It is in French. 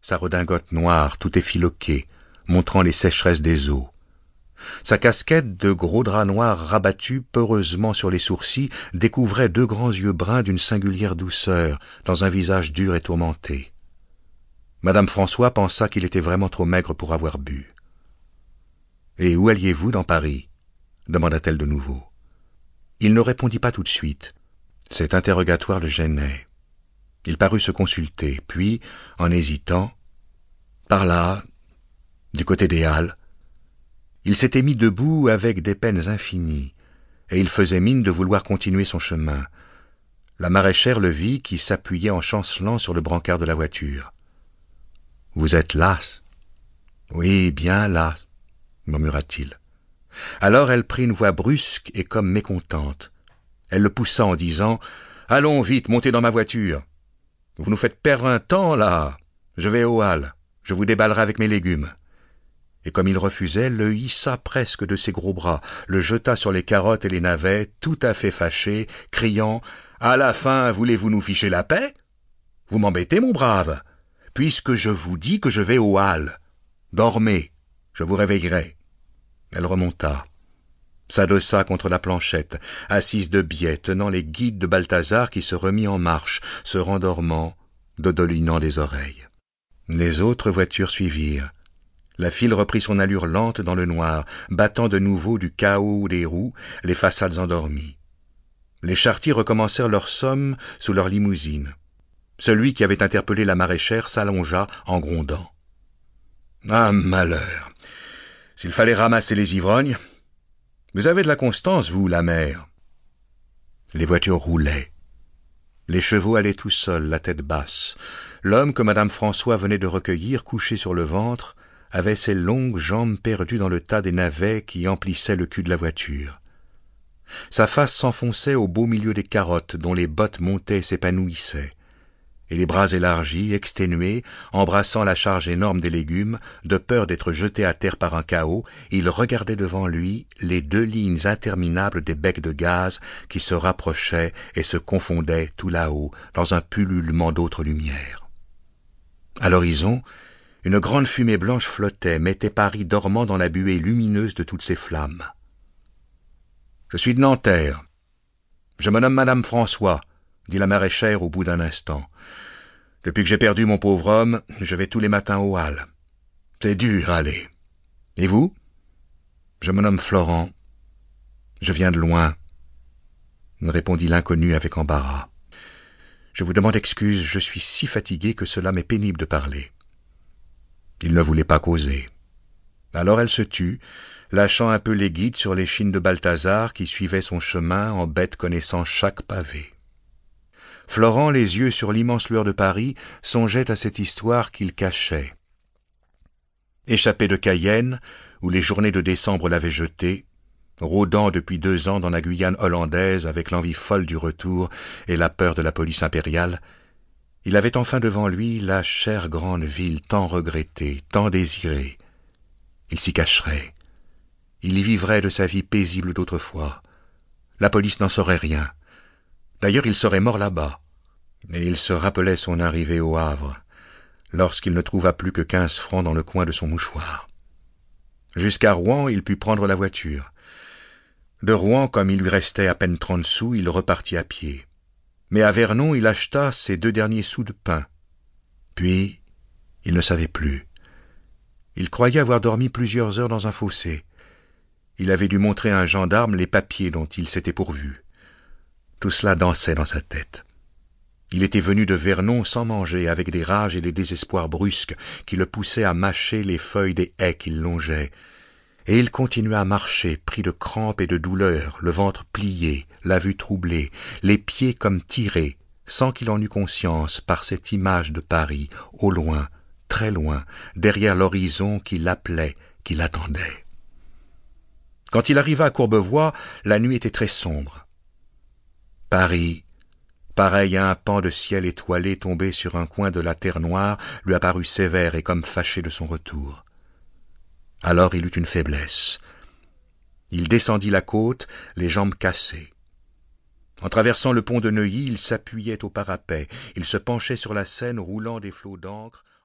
sa redingote noire tout effiloquée, montrant les sécheresses des eaux. Sa casquette de gros drap noir rabattu peureusement sur les sourcils découvrait deux grands yeux bruns d'une singulière douceur dans un visage dur et tourmenté. Madame François pensa qu'il était vraiment trop maigre pour avoir bu. « Et où alliez-vous dans Paris ?» demanda-t-elle de nouveau. Il ne répondit pas tout de suite. Cet interrogatoire le gênait. Il parut se consulter, puis, en hésitant, « Par là, du côté des Halles. » Il s'était mis debout avec des peines infinies, et il faisait mine de vouloir continuer son chemin. La maraîchère le vit qui s'appuyait en chancelant sur le brancard de la voiture. « Vous êtes las ?»« Oui, bien las, » murmura-t-il. Alors elle prit une voix brusque et comme mécontente. Elle le poussa en disant « Allons vite, montez dans ma voiture. Vous nous faites perdre un temps, là. Je vais aux Halles. Je vous déballerai avec mes légumes. » Et comme il refusait, le hissa presque de ses gros bras, le jeta sur les carottes et les navets, tout à fait fâché, criant « À la fin, voulez-vous nous ficher la paix? Vous m'embêtez, mon brave, puisque je vous dis que je vais aux Halles. Dormez, je vous réveillerai. » Elle remonta, s'adossa contre la planchette, assise de biais, tenant les guides de Balthazar qui se remit en marche, se rendormant, dodolinant les oreilles. Les autres voitures suivirent. La file reprit son allure lente dans le noir, battant de nouveau du chaos des roues, les façades endormies. Les charretiers recommencèrent leur somme sous leur limousine. Celui qui avait interpellé la maraîchère s'allongea en grondant. « Ah, malheur! S'il fallait ramasser les ivrognes! Vous avez de la constance, vous, la mère !» Les voitures roulaient. Les chevaux allaient tout seuls, la tête basse. L'homme que madame François venait de recueillir, couché sur le ventre, avait ses longues jambes perdues dans le tas des navets qui emplissaient le cul de la voiture. Sa face s'enfonçait au beau milieu des carottes dont les bottes montaient et s'épanouissaient, et les bras élargis, exténués, embrassant la charge énorme des légumes, de peur d'être jeté à terre par un chaos, il regardait devant lui les deux lignes interminables des becs de gaz qui se rapprochaient et se confondaient tout là-haut dans un pullulement d'autres lumières. À l'horizon, une grande fumée blanche flottait, mettait Paris dormant dans la buée lumineuse de toutes ses flammes. « Je suis de Nanterre. Je me nomme madame François, » dit la maraîchère au bout d'un instant. « Depuis que j'ai perdu mon pauvre homme, je vais tous les matins aux Halles. C'est dur, allez. Et vous ? » ?»« Je me nomme Florent. Je viens de loin, » répondit l'inconnu avec embarras. « Je vous demande excuse, je suis si fatigué que cela m'est pénible de parler. » Il ne voulait pas causer. Alors elle se tut, lâchant un peu les guides sur l'échine de Balthazar qui suivait son chemin en bête connaissant chaque pavé. Florent, les yeux sur l'immense lueur de Paris, songeait à cette histoire qu'il cachait. Échappé de Cayenne, où les journées de décembre l'avaient jeté, rôdant depuis 2 ans dans la Guyane hollandaise avec l'envie folle du retour et la peur de la police impériale, il avait enfin devant lui la chère grande ville tant regrettée, tant désirée. Il s'y cacherait. Il y vivrait de sa vie paisible d'autrefois. La police n'en saurait rien. D'ailleurs, il serait mort là-bas. Et il se rappelait son arrivée au Havre, lorsqu'il ne trouva plus que 15 francs dans le coin de son mouchoir. Jusqu'à Rouen, il put prendre la voiture. De Rouen, comme il lui restait à peine 30 sous, il repartit à pied. Mais à Vernon, il acheta ses 2 derniers sous de pain. Puis, il ne savait plus. Il croyait avoir dormi plusieurs heures dans un fossé. Il avait dû montrer à un gendarme les papiers dont il s'était pourvu. Tout cela dansait dans sa tête. Il était venu de Vernon sans manger, avec des rages et des désespoirs brusques qui le poussaient à mâcher les feuilles des haies qu'il longeait. Et il continuait à marcher, pris de crampes et de douleurs, le ventre plié, la vue troublée, les pieds comme tirés, sans qu'il en eût conscience par cette image de Paris, au loin, très loin, derrière l'horizon qui l'appelait, qui l'attendait. Quand il arriva à Courbevoie, la nuit était très sombre. Paris, pareil à un pan de ciel étoilé tombé sur un coin de la terre noire, lui apparut sévère et comme fâché de son retour. Alors il eut une faiblesse. Il descendit la côte, les jambes cassées. En traversant le pont de Neuilly, il s'appuyait au parapet. Il se penchait sur la Seine roulant des flots d'encre.